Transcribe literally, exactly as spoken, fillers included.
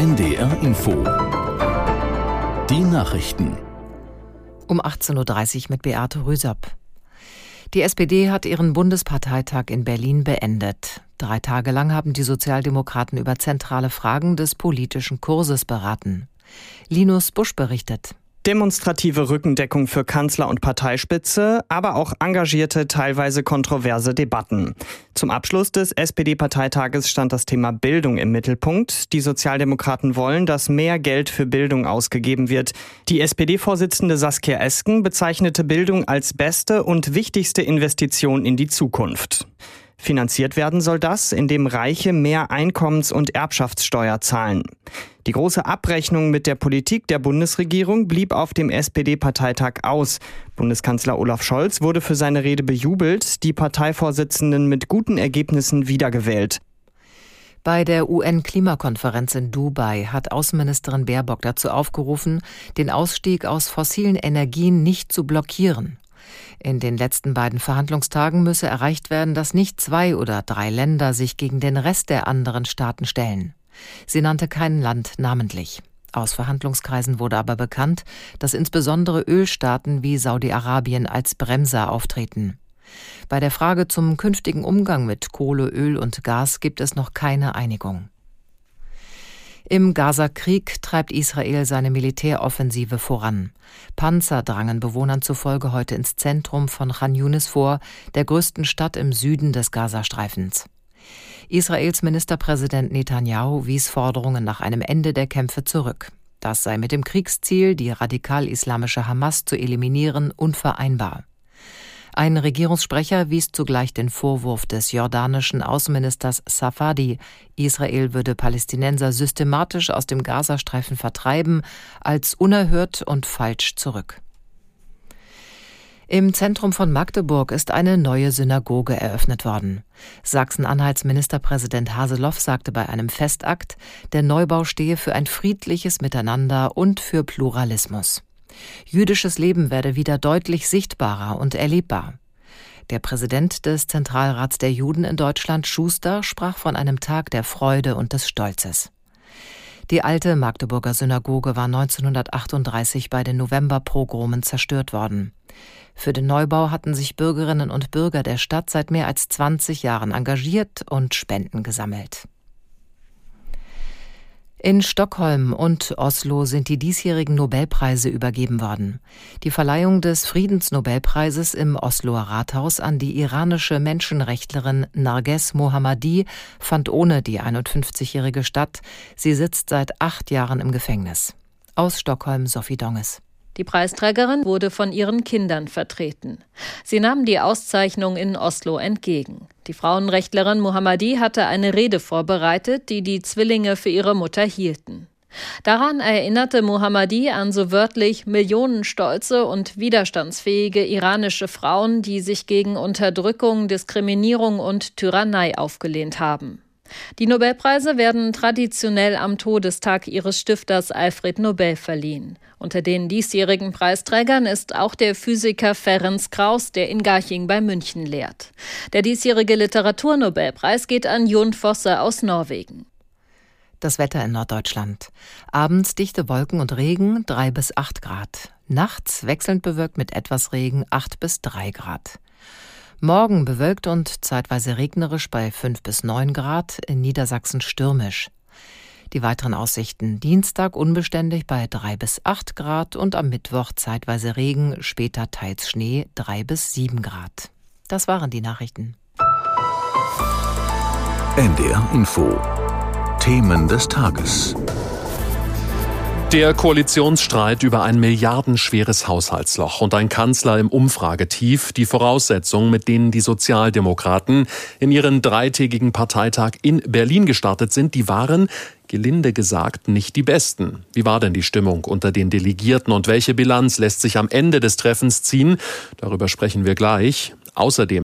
N D R Info. Die Nachrichten. Um achtzehn Uhr dreißig mit Beate Rüsop. Die S P D hat ihren Bundesparteitag in Berlin beendet. Drei Tage lang haben die Sozialdemokraten über zentrale Fragen des politischen Kurses beraten. Linus Busch berichtet. Demonstrative Rückendeckung für Kanzler und Parteispitze, aber auch engagierte, teilweise kontroverse Debatten. Zum Abschluss des S P D-Parteitages stand das Thema Bildung im Mittelpunkt. Die Sozialdemokraten wollen, dass mehr Geld für Bildung ausgegeben wird. Die S P D-Vorsitzende Saskia Esken bezeichnete Bildung als beste und wichtigste Investition in die Zukunft. Finanziert werden soll das, indem Reiche mehr Einkommens- und Erbschaftssteuer zahlen. Die große Abrechnung mit der Politik der Bundesregierung blieb auf dem S P D-Parteitag aus. Bundeskanzler Olaf Scholz wurde für seine Rede bejubelt, die Parteivorsitzenden mit guten Ergebnissen wiedergewählt. Bei der U N-Klimakonferenz in Dubai hat Außenministerin Baerbock dazu aufgerufen, den Ausstieg aus fossilen Energien nicht zu blockieren. In den letzten beiden Verhandlungstagen müsse erreicht werden, dass nicht zwei oder drei Länder sich gegen den Rest der anderen Staaten stellen. Sie nannte kein Land namentlich. Aus Verhandlungskreisen wurde aber bekannt, dass insbesondere Ölstaaten wie Saudi-Arabien als Bremser auftreten. Bei der Frage zum künftigen Umgang mit Kohle, Öl und Gas gibt es noch keine Einigung. Im Gaza-Krieg treibt Israel seine Militäroffensive voran. Panzer drangen Bewohnern zufolge heute ins Zentrum von Chan Yunis vor, der größten Stadt im Süden des Gazastreifens. Israels Ministerpräsident Netanyahu wies Forderungen nach einem Ende der Kämpfe zurück. Das sei mit dem Kriegsziel, die radikal-islamische Hamas zu eliminieren, unvereinbar. Ein Regierungssprecher wies zugleich den Vorwurf des jordanischen Außenministers Safadi, Israel würde Palästinenser systematisch aus dem Gazastreifen vertreiben, als unerhört und falsch zurück. Im Zentrum von Magdeburg ist eine neue Synagoge eröffnet worden. Sachsen-Anhalts Ministerpräsident Haseloff sagte bei einem Festakt, der Neubau stehe für ein friedliches Miteinander und für Pluralismus. Jüdisches Leben werde wieder deutlich sichtbarer und erlebbar. Der Präsident des Zentralrats der Juden in Deutschland, Schuster, sprach von einem Tag der Freude und des Stolzes. Die alte Magdeburger Synagoge war neunzehnhundertachtunddreißig bei den Novemberpogromen zerstört worden. Für den Neubau hatten sich Bürgerinnen und Bürger der Stadt seit mehr als zwanzig Jahren engagiert und Spenden gesammelt. In Stockholm und Oslo sind die diesjährigen Nobelpreise übergeben worden. Die Verleihung des Friedensnobelpreises im Osloer Rathaus an die iranische Menschenrechtlerin Narges Mohammadi fand ohne die einundfünfzigjährige statt. Sie sitzt seit acht Jahren im Gefängnis. Aus Stockholm Sophie Donges. Die Preisträgerin wurde von ihren Kindern vertreten. Sie nahm die Auszeichnung in Oslo entgegen. Die Frauenrechtlerin Mohammadi hatte eine Rede vorbereitet, die die Zwillinge für ihre Mutter hielten. Daran erinnerte Mohammadi an so wörtlich millionenstolze und widerstandsfähige iranische Frauen, die sich gegen Unterdrückung, Diskriminierung und Tyrannei aufgelehnt haben. Die Nobelpreise werden traditionell am Todestag ihres Stifters Alfred Nobel verliehen. Unter den diesjährigen Preisträgern ist auch der Physiker Ferenc Krauss, der in Garching bei München lehrt. Der diesjährige Literaturnobelpreis geht an Jon Fosse aus Norwegen. Das Wetter in Norddeutschland. Abends dichte Wolken und Regen, drei bis acht Grad. Nachts wechselnd bewölkt mit etwas Regen, acht bis drei Grad. Morgen bewölkt und zeitweise regnerisch bei fünf bis neun Grad, in Niedersachsen stürmisch. Die weiteren Aussichten: Dienstag unbeständig bei drei bis acht Grad und am Mittwoch zeitweise Regen, später teils Schnee, drei bis sieben Grad. Das waren die Nachrichten. N D R Info. Themen des Tages. Der Koalitionsstreit über ein milliardenschweres Haushaltsloch und ein Kanzler im Umfragetief, die Voraussetzungen, mit denen die Sozialdemokraten in ihren dreitägigen Parteitag in Berlin gestartet sind, die waren, gelinde gesagt, nicht die besten. Wie war denn die Stimmung unter den Delegierten und welche Bilanz lässt sich am Ende des Treffens ziehen? Darüber sprechen wir gleich. Außerdem